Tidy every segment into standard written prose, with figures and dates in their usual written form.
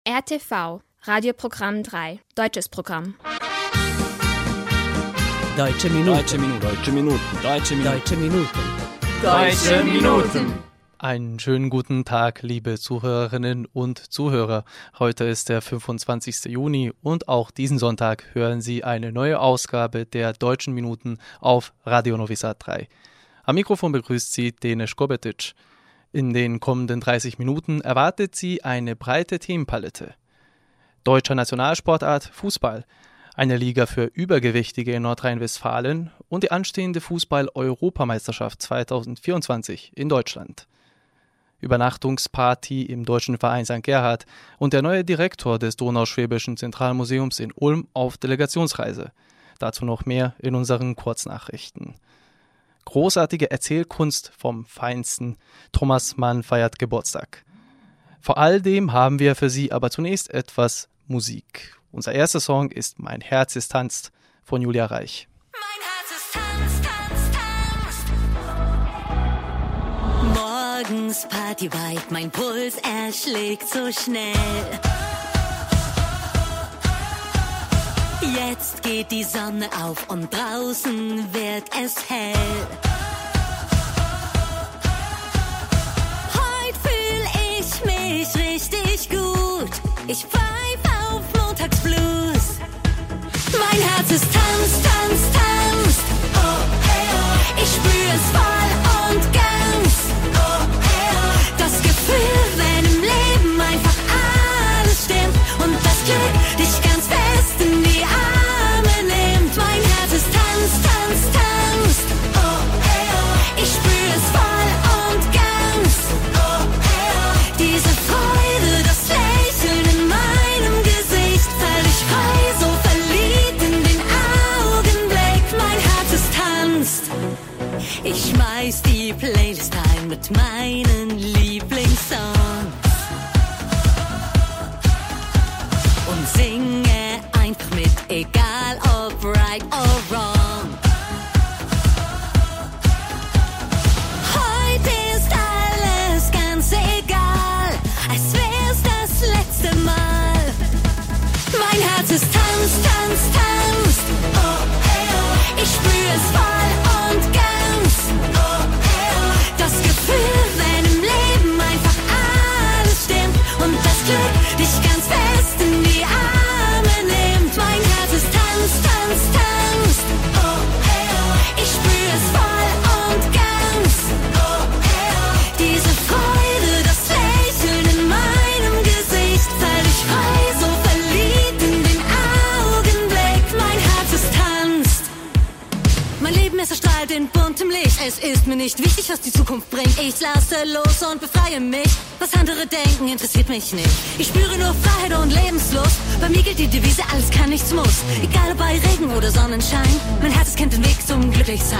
RTV, Radioprogramm 3, deutsches Programm. Deutsche Minuten. Deutsche Minuten. Deutsche Minuten. Deutsche Minuten. Deutsche Minuten. Deutsche Minuten. Einen schönen guten Tag, liebe Zuhörerinnen und Zuhörer. Heute ist der 25. Juni und auch diesen Sonntag hören Sie eine neue Ausgabe der Deutschen Minuten auf Radio Novi Sad 3. Am Mikrofon begrüßt Sie Denis Kobetic. In den kommenden 30 Minuten erwartet Sie eine breite Themenpalette. Deutscher Nationalsportart Fußball, eine Liga für Übergewichtige in Nordrhein-Westfalen und die anstehende Fußball-Europameisterschaft 2024 in Deutschland. Übernachtungsparty im Deutschen Verein St. Gerhard und der neue Direktor des Donauschwäbischen Zentralmuseums in Ulm auf Delegationsreise. Dazu noch mehr in unseren Kurznachrichten. Großartige Erzählkunst vom Feinsten. Thomas Mann feiert Geburtstag. Vor all dem haben wir für Sie aber zunächst etwas Musik. Unser erster Song ist Mein Herz ist tanzt von Julia Reich. Mein Herz ist tanzt. Morgens Partyvibe, mein Puls erschlägt so schnell. Jetzt geht die Sonne auf und draußen wird es hell. Heute fühl ich mich richtig gut. Ich pfeif auf Montagsblues. Mein Herz ist tanzt, tanzt, tanzt. Oh, hey, oh. Ich spür es voll und ganz. Oh, hey, oh. Das Gefühl, wenn im Leben einfach alles stimmt und das Glück dich ganz fest in die Arme nimmt. Mein Herz ist tanzt, tanzt, tanzt. Oh, hey, oh. Ich spür es voll und ganz. Oh, hey, oh. Diese Freude, das Lächeln in meinem Gesicht, völlig frei, so verliebt in den Augenblick. Mein Herz ist tanzt. Ich schmeiß die Playlist ein mit meinen Lieblingssongs und singe einfach mit, egal ob right or wrong. Heute ist alles ganz egal, als wär's das letzte Mal. Mein Herz ist tanzt, tanzt, tanzt. Oh, hey, oh. Ich spür es voll und ganz. Oh, hey, oh. Das Gefühl, wenn im Leben einfach alles stimmt und das Glück dich ganz fest in die Arme nimmt. Mein Herz ist tanzt, tanzt, tanzt. Oh, hey, oh. Ich spür es voll und ganz. Oh, hey, oh. Diese Freude, das Lächeln in meinem Gesicht, völlig frei, so verliebt in den Augenblick. Mein Herz ist tanzt. Mein Leben, es erstrahlt in buntem Licht. Es ist mir nicht wichtig, was die Zukunft bringt. Ich lasse los und befreie mich. Was andere denken, interessiert mich nicht. Ich spüre nur Freiheit und Lebenslust. Bei mir gilt die Devise, alles kann, nichts muss. Egal ob bei Regen oder Sonnenschein. Mein Herz kennt den Weg zum Glücklichsein.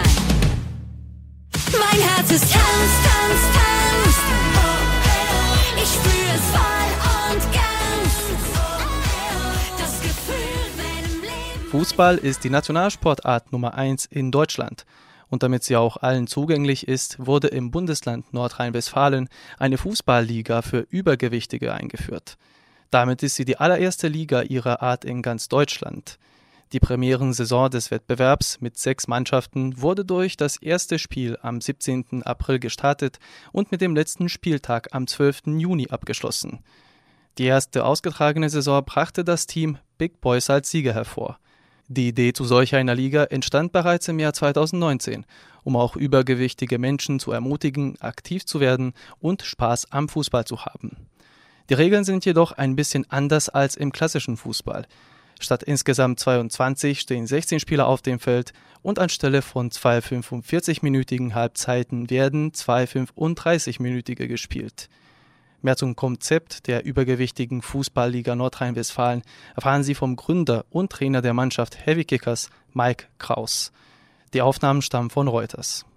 Mein Herz ist tanzt, tanzt, tanzt. Oh, hey, oh. Ich spüre es voll und ganz. Oh, hey, oh. Das Gefühl, wenn im Leben... Fußball ist die Nationalsportart Nummer 1 in Deutschland. Und damit sie auch allen zugänglich ist, wurde im Bundesland Nordrhein-Westfalen eine Fußballliga für Übergewichtige eingeführt. Damit ist sie die allererste Liga ihrer Art in ganz Deutschland. Die Premierensaison des Wettbewerbs mit 6 Mannschaften wurde durch das erste Spiel am 17. April gestartet und mit dem letzten Spieltag am 12. Juni abgeschlossen. Die erste ausgetragene Saison brachte das Team Big Boys als Sieger hervor. Die Idee zu solch einer Liga entstand bereits im Jahr 2019, um auch übergewichtige Menschen zu ermutigen, aktiv zu werden und Spaß am Fußball zu haben. Die Regeln sind jedoch ein bisschen anders als im klassischen Fußball. Statt insgesamt 22 stehen 16 Spieler auf dem Feld und anstelle von 2 45-minütigen Halbzeiten werden 2 35-minütige gespielt. Mehr zum Konzept der übergewichtigen Fußballliga Nordrhein-Westfalen erfahren Sie vom Gründer und Trainer der Mannschaft Heavy Kickers, Mike Kraus. Die Aufnahmen stammen von Reuters.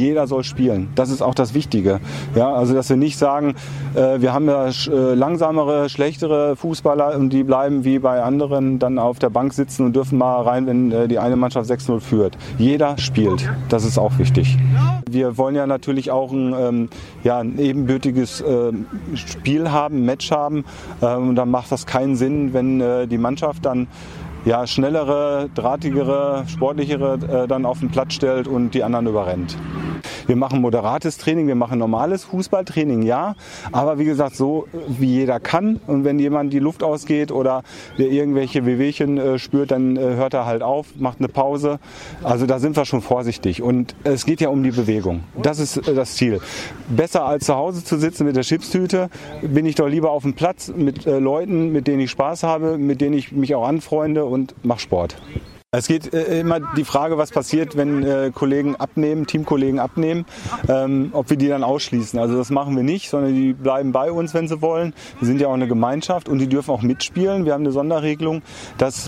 Jeder soll spielen. Das ist auch das Wichtige. Ja, also dass wir nicht sagen, wir haben ja langsamere, schlechtere Fußballer und die bleiben wie bei anderen dann auf der Bank sitzen und dürfen mal rein, wenn die eine Mannschaft 6-0 führt. Jeder spielt. Das ist auch wichtig. Wir wollen ja natürlich auch ein ebenbürtiges Spiel haben, Match haben. Und dann macht das keinen Sinn, wenn die Mannschaft dann schnellere, drahtigere, sportlichere dann auf den Platz stellt und die anderen überrennt. Wir machen moderates Training, wir machen normales Fußballtraining, ja, aber wie gesagt, so wie jeder kann. Und wenn jemand die Luft ausgeht oder der irgendwelche Wehwehchen spürt, dann hört er halt auf, macht eine Pause. Also da sind wir schon vorsichtig. Und es geht ja um die Bewegung. Das ist das Ziel. Besser als zu Hause zu sitzen mit der Chipstüte, bin ich doch lieber auf dem Platz mit Leuten, mit denen ich Spaß habe, mit denen ich mich auch anfreunde und mache Sport. Es geht immer die Frage, was passiert, wenn Kollegen abnehmen, Teamkollegen abnehmen, ob wir die dann ausschließen. Also das machen wir nicht, sondern die bleiben bei uns, wenn sie wollen. Wir sind ja auch eine Gemeinschaft und die dürfen auch mitspielen. Wir haben eine Sonderregelung, dass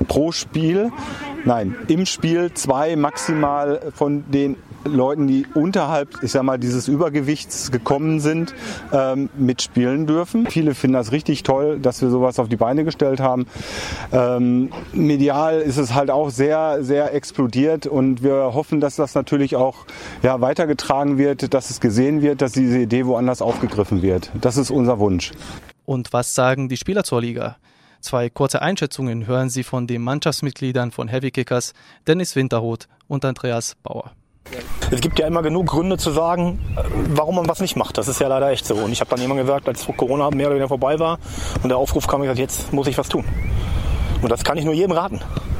im Spiel 2 maximal von den Leuten, die unterhalb, dieses Übergewichts gekommen sind, mitspielen dürfen. Viele finden das richtig toll, dass wir sowas auf die Beine gestellt haben. Medial ist es halt auch sehr, sehr explodiert und wir hoffen, dass das natürlich auch weitergetragen wird, dass es gesehen wird, dass diese Idee woanders aufgegriffen wird. Das ist unser Wunsch. Und was sagen die Spieler zur Liga? 2 kurze Einschätzungen hören Sie von den Mannschaftsmitgliedern von Heavy Kickers, Dennis Winterroth und Andreas Bauer. Es gibt ja immer genug Gründe zu sagen, warum man was nicht macht. Das ist ja leider echt so. Und ich habe dann immer gesagt, als Corona mehr oder weniger vorbei war und der Aufruf kam, ich gesagt, jetzt muss ich was tun. Und das kann ich nur jedem raten.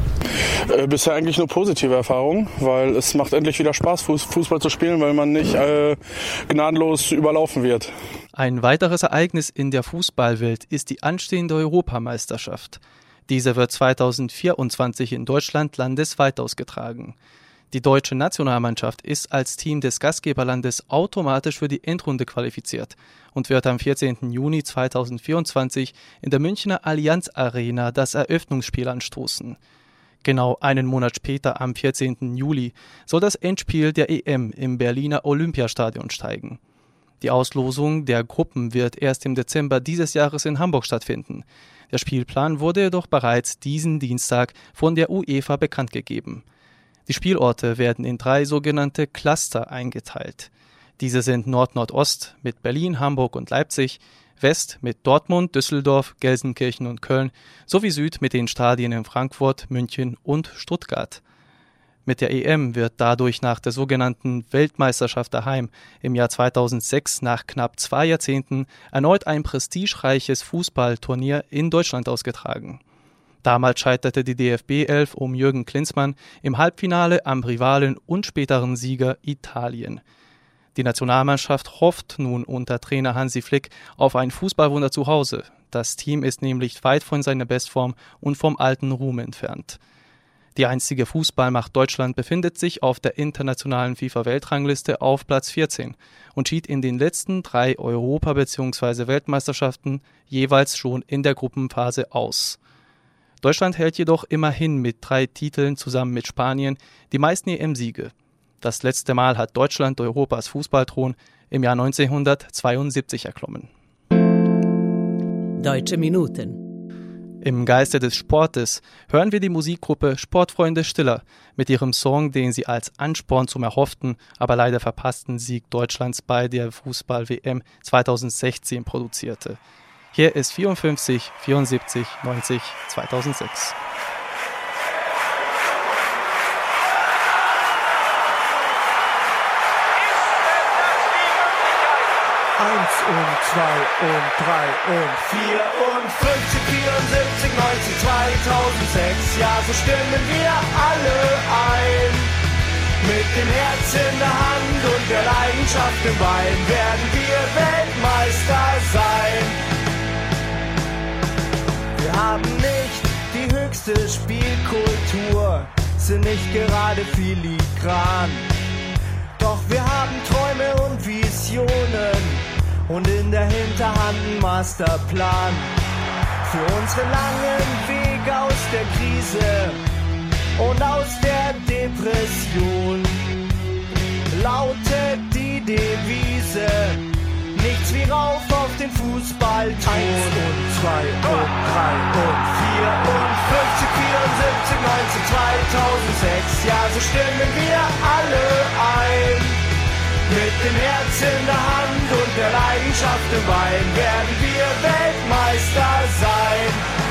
Bisher eigentlich nur positive Erfahrungen, weil es macht endlich wieder Spaß, Fußball zu spielen, weil man nicht gnadenlos überlaufen wird. Ein weiteres Ereignis in der Fußballwelt ist die anstehende Europameisterschaft. Diese wird 2024 in Deutschland landesweit ausgetragen. Die deutsche Nationalmannschaft ist als Team des Gastgeberlandes automatisch für die Endrunde qualifiziert und wird am 14. Juni 2024 in der Münchner Allianz Arena das Eröffnungsspiel anstoßen. Genau einen Monat später, am 14. Juli, soll das Endspiel der EM im Berliner Olympiastadion steigen. Die Auslosung der Gruppen wird erst im Dezember dieses Jahres in Hamburg stattfinden. Der Spielplan wurde jedoch bereits diesen Dienstag von der UEFA bekannt gegeben. Die Spielorte werden in 3 sogenannte Cluster eingeteilt. Diese sind Nord-Nordost mit Berlin, Hamburg und Leipzig, West mit Dortmund, Düsseldorf, Gelsenkirchen und Köln sowie Süd mit den Stadien in Frankfurt, München und Stuttgart. Mit der EM wird dadurch nach der sogenannten Weltmeisterschaft daheim im Jahr 2006 nach knapp 2 Jahrzehnten erneut ein prestigereiches Fußballturnier in Deutschland ausgetragen. Damals scheiterte die DFB 11 um Jürgen Klinsmann im Halbfinale am Rivalen und späteren Sieger Italien. Die Nationalmannschaft hofft nun unter Trainer Hansi Flick auf ein Fußballwunder zu Hause. Das Team ist nämlich weit von seiner Bestform und vom alten Ruhm entfernt. Die einstige Fußballmacht Deutschland befindet sich auf der internationalen FIFA-Weltrangliste auf Platz 14 und schied in den letzten 3 Europa- bzw. Weltmeisterschaften jeweils schon in der Gruppenphase aus. Deutschland hält jedoch immerhin mit 3 Titeln zusammen mit Spanien die meisten EM-Siege. Das letzte Mal hat Deutschland Europas Fußballthron im Jahr 1972 erklommen. Deutsche Minuten. Im Geiste des Sportes hören wir die Musikgruppe Sportfreunde Stiller mit ihrem Song, den sie als Ansporn zum erhofften, aber leider verpassten Sieg Deutschlands bei der Fußball-WM 2016 produzierte. Hier ist 54, 74, 90, 2006. 1 und 2 und 3 und 54, 74, 90, 2006. Ja, so stimmen wir alle ein. Mit dem Herz in der Hand und der Leidenschaft im Bein werden wir Weltmeister sein. Wir haben nicht die höchste Spielkultur, sind nicht gerade filigran. Doch wir haben Träume und Visionen und in der Hinterhand einen Masterplan. Für unseren langen Weg aus der Krise und aus der Depression. lautet die Devise. Nichts wie rauf auf den Fußball. 1 und 2 und 3 und 4 und 50, 74, 19, 2006. Ja, so stimmen wir alle ein. Mit dem Herz in der Hand und der Leidenschaft im Bein werden wir Weltmeister sein.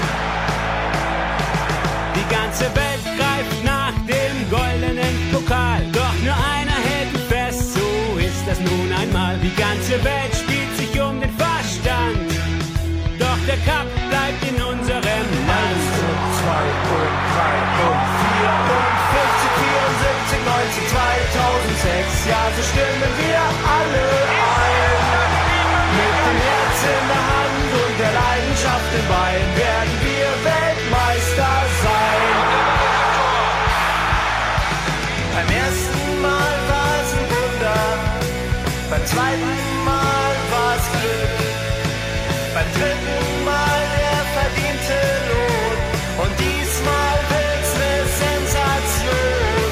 Die ganze Welt greift nach dem goldenen Pokal. Doch nur einer hält ihn fest, so ist das nun einmal. Die ganze Welt spielt sich um den Verstand. Doch der Cup bleibt in unserem Land. 1 und 2 und 3 und 4 und 50, 74, 19, 2006. Ja, so stimmen wir alle ein. Mit dem Herz in der Hand und der Leidenschaft im Bein werden wir Weltmeister sein. Beim ersten Mal war es ein Wunder, beim zweiten Mal war es Glück, beim dritten Mal der verdiente Lohn und diesmal wird's ne Sensation.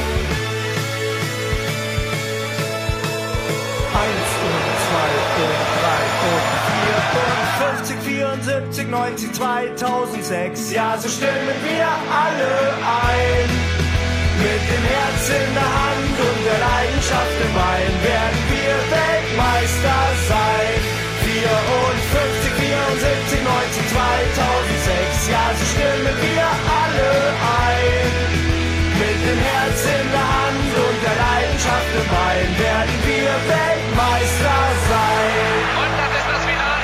1 und 2 und 3 und 4 und 50, 74, 90, 2006. Ja, so stimmen wir alle ein. Mit dem Herz in der Hand und der Leidenschaft im Bein werden wir Weltmeister sein. 54, 74, 19, 2006. Ja, so stimmen wir alle ein. Mit dem Herz in der Hand und der Leidenschaft im Bein werden wir Weltmeister sein. Und das ist das Finale.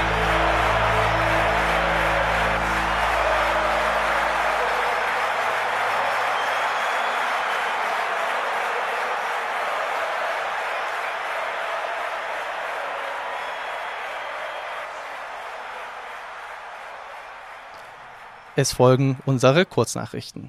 Es folgen unsere Kurznachrichten.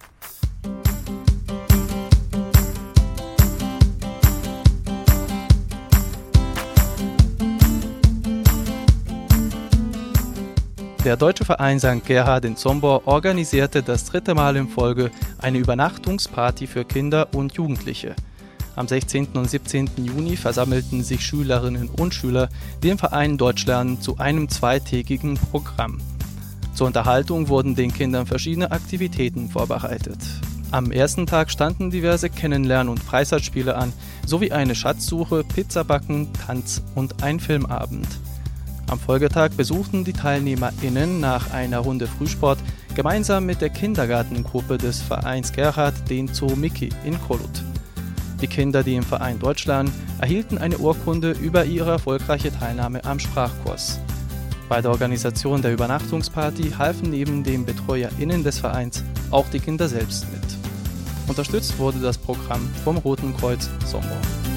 Der deutsche Verein St. Gerhard in Zombor organisierte das 3. Mal in Folge eine Übernachtungsparty für Kinder und Jugendliche. Am 16. und 17. Juni versammelten sich Schülerinnen und Schüler dem Verein Deutschlernen zu einem zweitägigen Programm. Zur Unterhaltung wurden den Kindern verschiedene Aktivitäten vorbereitet. Am ersten Tag standen diverse Kennenlern- und Freizeitspiele an, sowie eine Schatzsuche, Pizzabacken, Tanz und ein Filmabend. Am Folgetag besuchten die TeilnehmerInnen nach einer Runde Frühsport gemeinsam mit der Kindergartengruppe des Vereins Gerhard den Zoo Mickey in Kolut. Die Kinder, die im Verein Deutsch lernen, erhielten eine Urkunde über ihre erfolgreiche Teilnahme am Sprachkurs. Bei der Organisation der Übernachtungsparty halfen neben den BetreuerInnen des Vereins auch die Kinder selbst mit. Unterstützt wurde das Programm vom Roten Kreuz Zombor.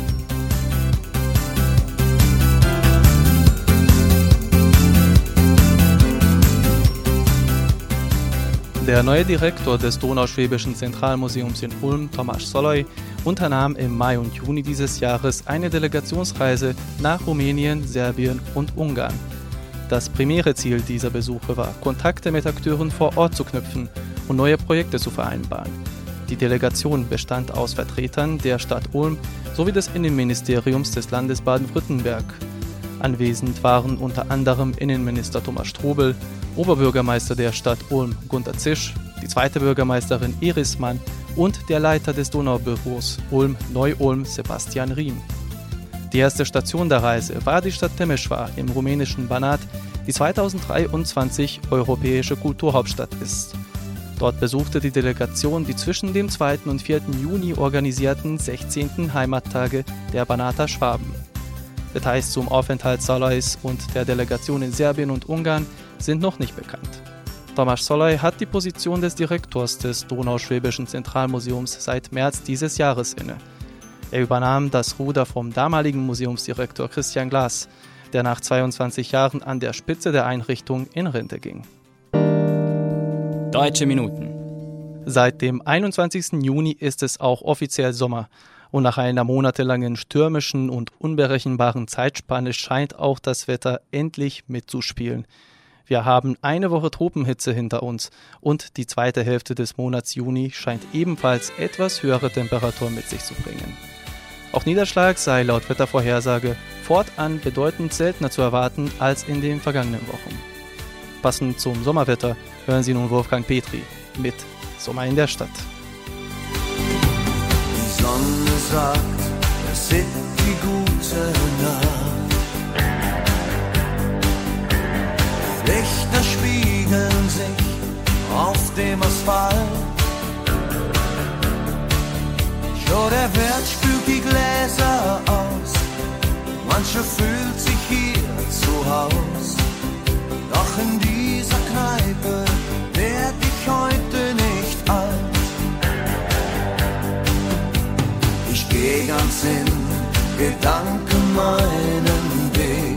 Der neue Direktor des Donauschwäbischen Zentralmuseums in Ulm, Tomasz Szalai, unternahm im Mai und Juni dieses Jahres eine Delegationsreise nach Rumänien, Serbien und Ungarn. Das primäre Ziel dieser Besuche war, Kontakte mit Akteuren vor Ort zu knüpfen und neue Projekte zu vereinbaren. Die Delegation bestand aus Vertretern der Stadt Ulm sowie des Innenministeriums des Landes Baden-Württemberg. Anwesend waren unter anderem Innenminister Thomas Strobel, Oberbürgermeister der Stadt Ulm Gunter Zisch, die zweite Bürgermeisterin Iris Mann und der Leiter des Donaubüros Ulm-Neu-Ulm Sebastian Riem. Die erste Station der Reise war die Stadt Temeschwar im rumänischen Banat, die 2023 europäische Kulturhauptstadt ist. Dort besuchte die Delegation die zwischen dem 2. und 4. Juni organisierten 16. Heimattage der Banater Schwaben. Details zum Aufenthalt Szalais und der Delegation in Serbien und Ungarn sind noch nicht bekannt. Tomasz Szalai hat die Position des Direktors des Donauschwäbischen Zentralmuseums seit März dieses Jahres inne. Er übernahm das Ruder vom damaligen Museumsdirektor Christian Glas, der nach 22 Jahren an der Spitze der Einrichtung in Rente ging. Deutsche Minuten. Seit dem 21. Juni ist es auch offiziell Sommer und nach einer monatelangen stürmischen und unberechenbaren Zeitspanne scheint auch das Wetter endlich mitzuspielen. Wir haben eine Woche Tropenhitze hinter uns und die zweite Hälfte des Monats Juni scheint ebenfalls etwas höhere Temperaturen mit sich zu bringen. Auch Niederschlag sei laut Wettervorhersage fortan bedeutend seltener zu erwarten als in den vergangenen Wochen. Passend zum Sommerwetter hören Sie nun Wolfgang Petri mit Sommer in der Stadt. Die Sonne sagt, es ist die gute Nacht. Lichter spiegeln sich auf dem Asphalt. Schon der Wirt spült die Gläser aus. Mancher fühlt sich hier zu Haus. Doch in dieser Kneipe werd ich heute nicht alt. Ich geh ganz in Gedanken meinen Weg.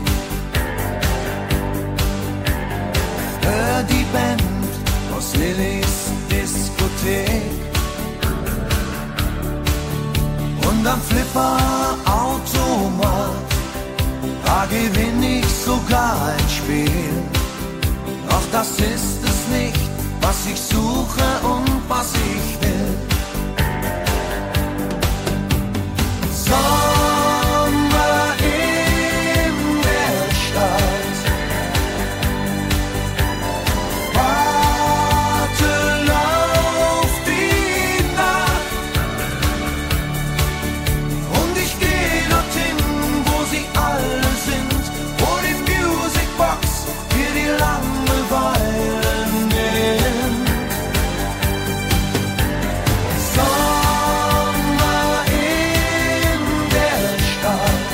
Hör die Band aus Lillys Diskothek. Und am Flipper-Automat, da gewinn ich sogar ein Spiel. Doch das ist es nicht, was ich suche und was ich will. Sommer in der Stadt. Warte auf die Nacht. Und ich geh dorthin, wo sie alle sind, wo die Musicbox für die Langeweile nimmt. Sommer in der Stadt.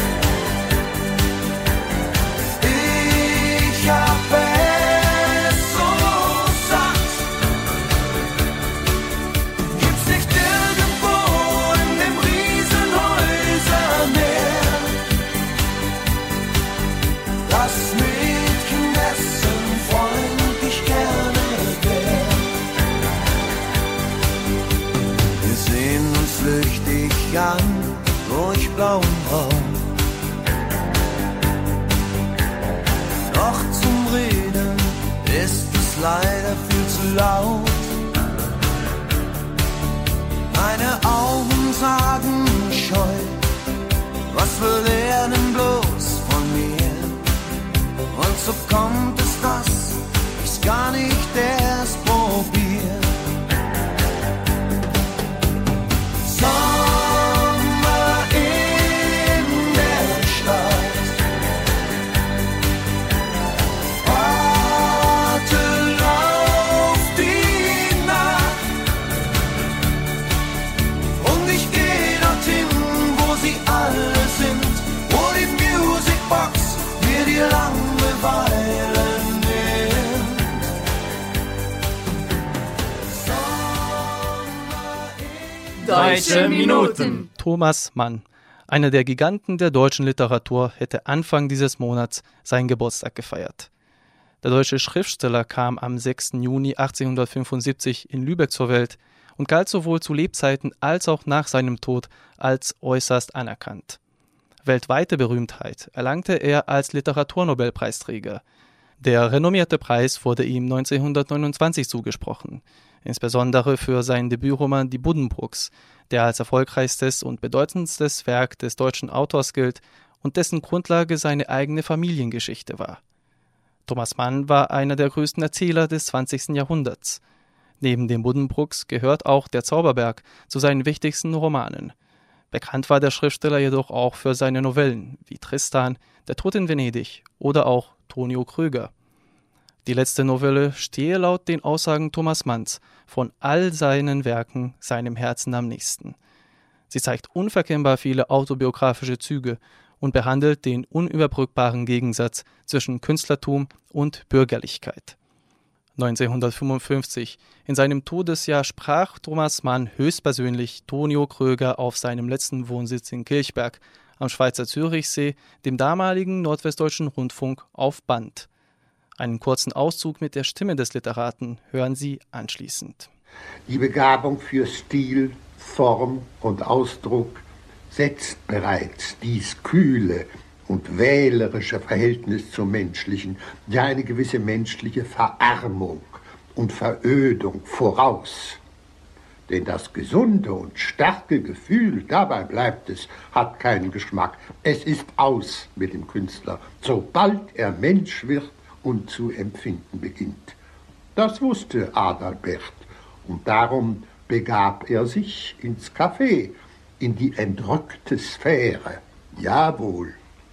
Ich hab es so satt. Gibt's nicht irgendwo in dem Riesenhäusermeer das Mädchenessen freundlich gerne wär? Wir sehen uns flüchtig an durch blauen Raum. Doch zum Reden ist es leider viel zu laut. Meine Augen sagen scheu, was will er denn bloß von mir? Und so kommt es, dass ich's gar nicht erst probier. Sommer in der Stadt. Warte auf die Nacht. Und ich geh dorthin, wo sie alle sind, wo die Musicbox mir die Langeweile nimmt. Deutsche Minuten. Thomas Mann, einer der Giganten der deutschen Literatur, hätte Anfang dieses Monats seinen Geburtstag gefeiert. Der deutsche Schriftsteller kam am 6. Juni 1875 in Lübeck zur Welt und galt sowohl zu Lebzeiten als auch nach seinem Tod als äußerst anerkannt. Weltweite Berühmtheit erlangte er als Literaturnobelpreisträger. Der renommierte Preis wurde ihm 1929 zugesprochen, insbesondere für seinen Debütroman Die Buddenbrooks, der als erfolgreichstes und bedeutendstes Werk des deutschen Autors gilt und dessen Grundlage seine eigene Familiengeschichte war. Thomas Mann war einer der größten Erzähler des 20. Jahrhunderts. Neben den Buddenbrooks gehört auch Der Zauberberg zu seinen wichtigsten Romanen. Bekannt war der Schriftsteller jedoch auch für seine Novellen wie Tristan, Der Tod in Venedig oder auch Tonio Kröger. Die letzte Novelle stehe laut den Aussagen Thomas Manns von all seinen Werken seinem Herzen am nächsten. Sie zeigt unverkennbar viele autobiografische Züge und behandelt den unüberbrückbaren Gegensatz zwischen Künstlertum und Bürgerlichkeit. 1955, in seinem Todesjahr, sprach Thomas Mann höchstpersönlich Tonio Kröger auf seinem letzten Wohnsitz in Kilchberg am Schweizer Zürichsee, dem damaligen Nordwestdeutschen Rundfunk, auf Band. Einen kurzen Auszug mit der Stimme des Literaten hören Sie anschließend. Die Begabung für Stil, Form und Ausdruck setzt bereits dies kühle und wählerische Verhältnis zum Menschlichen, ja eine gewisse menschliche Verarmung und Verödung voraus. Denn das gesunde und starke Gefühl, dabei bleibt es, hat keinen Geschmack. Es ist aus mit dem Künstler, sobald er Mensch wird und zu empfinden beginnt. Das wusste Adalbert und darum begab er sich ins Café, in die entrückte Sphäre. Jawohl.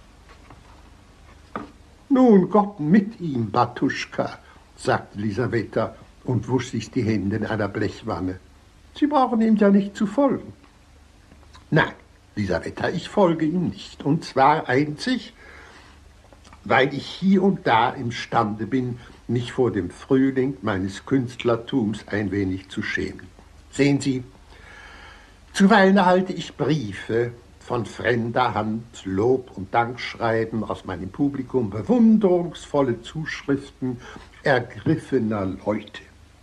Nun, Gott mit ihm, Batuschka, sagte Lisaweta und wusch sich die Hände in einer Blechwanne. Sie brauchen ihm ja nicht zu folgen. Nein, Lisaweta, ich folge ihm nicht. Und zwar einzig, weil ich hier und da imstande bin, mich vor dem Frühling meines Künstlertums ein wenig zu schämen. Sehen Sie, zuweilen erhalte ich Briefe von fremder Hand, Lob- und Dankschreiben aus meinem Publikum, bewunderungsvolle Zuschriften ergriffener Leute.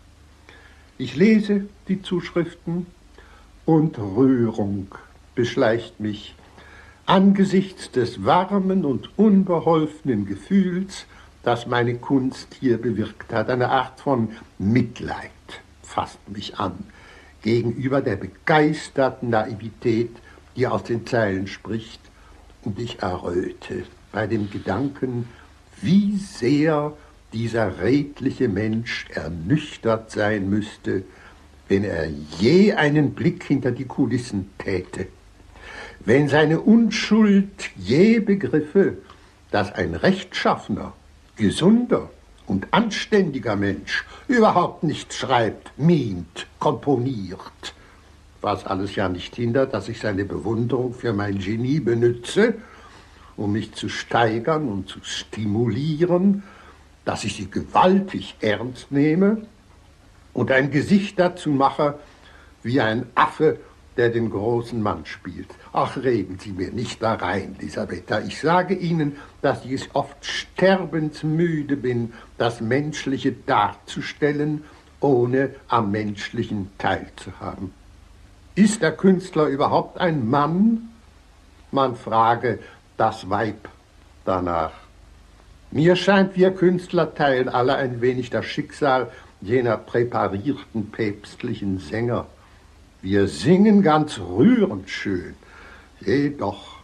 Ich lese die Zuschriften und Rührung beschleicht mich angesichts des warmen und unbeholfenen Gefühls, das meine Kunst hier bewirkt hat. Eine Art von Mitleid fasst mich an gegenüber der begeisterten Naivität, die aus den Zeilen spricht, und ich erröte bei dem Gedanken, wie sehr dieser redliche Mensch ernüchtert sein müsste, wenn er je einen Blick hinter die Kulissen täte, wenn seine Unschuld je begriffe, dass ein rechtschaffener, gesunder und anständiger Mensch überhaupt nicht schreibt, mimt, komponiert, was alles ja nicht hindert, dass ich seine Bewunderung für mein Genie benütze, um mich zu steigern und zu stimulieren, dass ich sie gewaltig ernst nehme und ein Gesicht dazu mache, wie ein Affe, der den großen Mann spielt. Ach, reden Sie mir nicht da rein, Lisaweta. Ich sage Ihnen, dass ich oft sterbensmüde bin, das Menschliche darzustellen, ohne am Menschlichen teilzuhaben. Ist der Künstler überhaupt ein Mann? Man frage das Weib danach. Mir scheint, wir Künstler teilen alle ein wenig das Schicksal jener präparierten päpstlichen Sänger. Wir singen ganz rührend schön, jedoch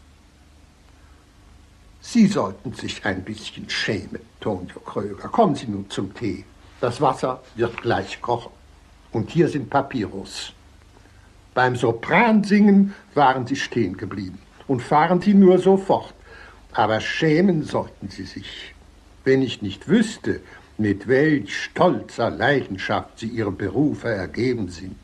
Sie sollten sich ein bisschen schämen, Tonio Kröger. Kommen Sie nun zum Tee. Das Wasser wird gleich kochen. Und hier sind Papyrus. Beim Sopransingen waren Sie stehen geblieben und fahren Sie nur so fort. Aber schämen sollten Sie sich, wenn ich nicht wüsste, mit welch stolzer Leidenschaft Sie Ihrem Berufe ergeben sind.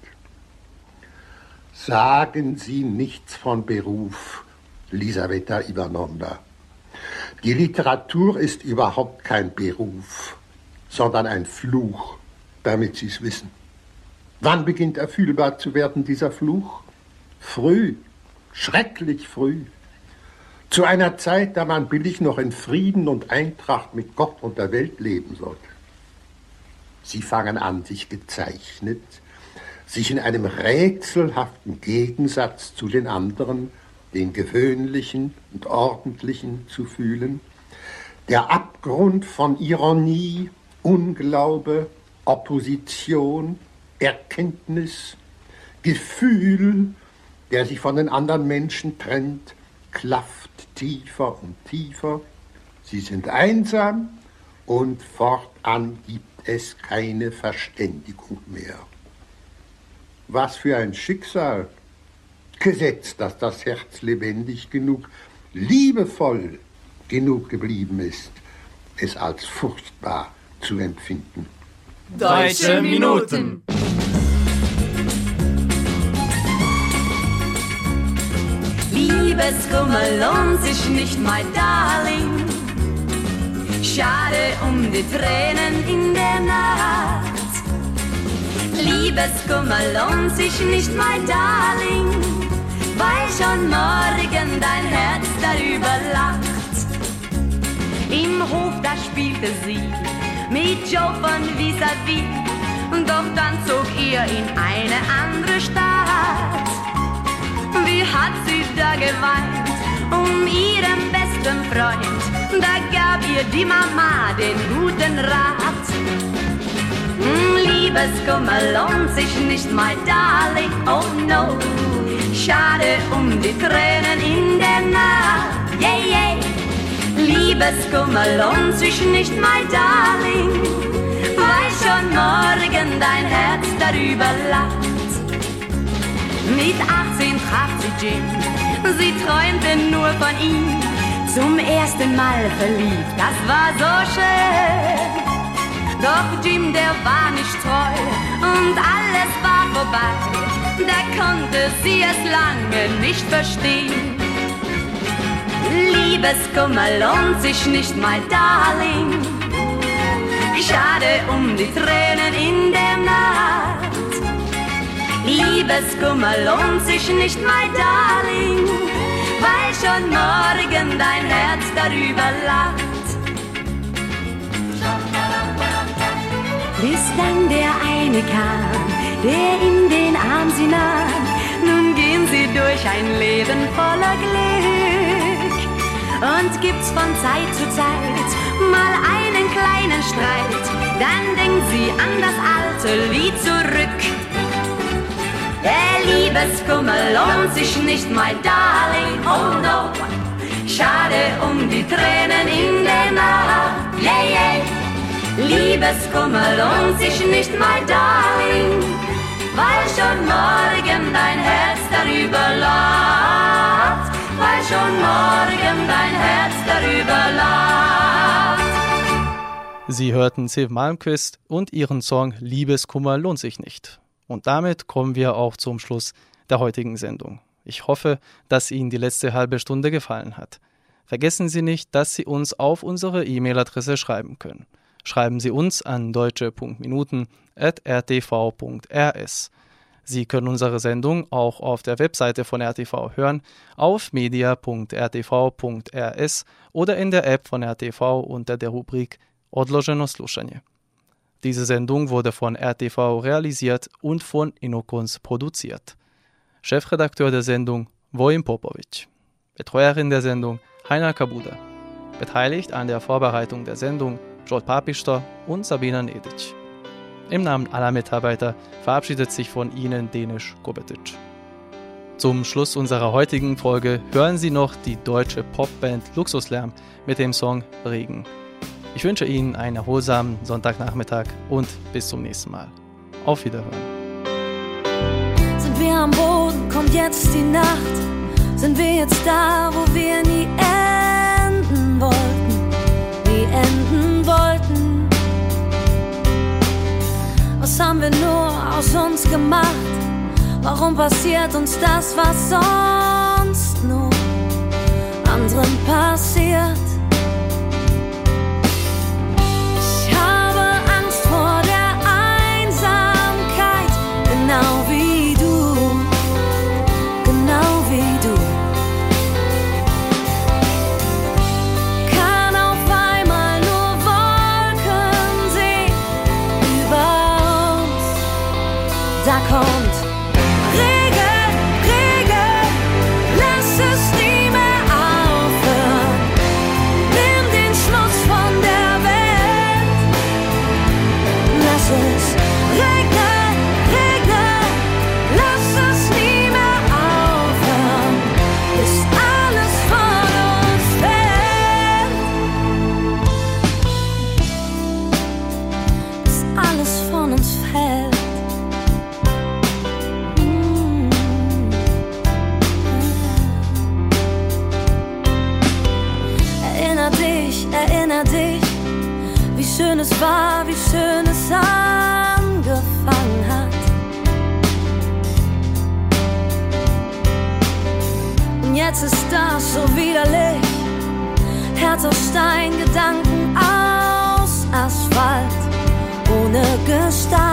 Sagen Sie nichts von Beruf, Lisaweta Iwanowna. Die Literatur ist überhaupt kein Beruf, sondern ein Fluch, damit Sie es wissen. Wann beginnt er fühlbar zu werden, dieser Fluch? Früh, schrecklich früh. Zu einer Zeit, da man billig noch in Frieden und Eintracht mit Gott und der Welt leben sollte. Sie fangen an, sich gezeichnet, sich in einem rätselhaften Gegensatz zu den anderen, den gewöhnlichen und ordentlichen, zu fühlen. Der Abgrund von Ironie, Unglaube, Opposition, Erkenntnis, Gefühl, der sich von den anderen Menschen trennt, klafft tiefer und tiefer. Sie sind einsam und fortan gibt es keine Verständigung mehr. Was für ein Schicksal, gesetzt, dass das Herz lebendig genug, liebevoll genug geblieben ist, es als furchtbar zu empfinden. Deutsche Minuten. Liebeskummer lohnt sich nicht, mein Darling. Schade um die Tränen in der Nacht. Liebeskummer lohnt sich nicht, mein Darling, weil schon morgen dein Herz darüber lacht. Im Hof, da spielte sie mit Joe von Vis-à-vis, doch dann zog ihr in eine andere Stadt. Wie hat sie da geweint um ihren besten Freund, da gab ihr die Mama den guten Rat. Liebeskummer lohnt sich nicht, my darling, oh no. Schade um die Tränen in der Nacht, yeah, yeah. Liebeskummer lohnt sich nicht, my darling, weil schon morgen dein Herz darüber lacht. Mit 18 traf sie Jim, sie träumte nur von ihm. Zum ersten Mal verliebt, das war so schön. Doch Jim, der war nicht treu und alles war vorbei. Da konnte sie es lange nicht verstehen. Liebeskummer lohnt sich nicht, my darling. Schade um die Tränen in der Nacht. Liebeskummer lohnt sich nicht, my darling, weil schon morgen dein Herz darüber lacht. Bis dann der eine kam, der in den Arm sie nahm. Nun gehen sie durch ein Leben voller Glück. Und gibt's von Zeit zu Zeit mal einen kleinen Streit, dann denkt sie an das alte Lied zurück. Der Liebeskummer lohnt sich nicht, my darling, oh no. Schade um die Tränen in der Nacht, yeah, yeah. Liebeskummer lohnt sich nicht, my darling, weil schon morgen dein Herz darüber lacht, weil schon morgen dein Herz darüber lacht. Sie hörten Siw Malmkvist und ihren Song Liebeskummer lohnt sich nicht. Und damit kommen wir auch zum Schluss der heutigen Sendung. Ich hoffe, dass Ihnen die letzte halbe Stunde gefallen hat. Vergessen Sie nicht, dass Sie uns auf unsere E-Mail-Adresse schreiben können. Schreiben Sie uns an deutsche.minuten@rtv.rs. Sie können unsere Sendung auch auf der Webseite von RTV hören, auf media.rtv.rs oder in der App von RTV unter der Rubrik Odloženo slušanje. Diese Sendung wurde von RTV realisiert und von Inokons produziert. Chefredakteur der Sendung Vojin Popović. Betreuerin der Sendung Heiner Kabuda. Beteiligt an der Vorbereitung der Sendung Joel Papister und Sabina Nedic. Im Namen aller Mitarbeiter verabschiedet sich von Ihnen Denis Kobetic. Zum Schluss unserer heutigen Folge hören Sie noch die deutsche Popband Luxuslärm mit dem Song Regen. Ich wünsche Ihnen einen erholsamen Sonntagnachmittag und bis zum nächsten Mal. Auf Wiederhören. Sind wir am Boden, kommt jetzt die Nacht. Sind wir jetzt da, wo wir nie enden wollten, nie enden wollten. Was haben wir nur aus uns gemacht? Warum passiert uns das, was sonst nur anderen passiert? Ich habe Angst vor der Einsamkeit, genau wie du, genau wie du. Kann auf einmal nur Wolken sehen über uns. Da kommt Regen, Regen, lass es nie mehr aufhören. Nimm den Schmutz von der Welt. Lass es regnen, regnen, lass es nie mehr aufhören, bis alles von uns fällt. Bis alles von uns fällt. Erinner dich, wie schön es war, wie schön es angefangen hat. Und jetzt ist das so widerlich, Herz aus Stein, Gedanken aus Asphalt, ohne Gestalt.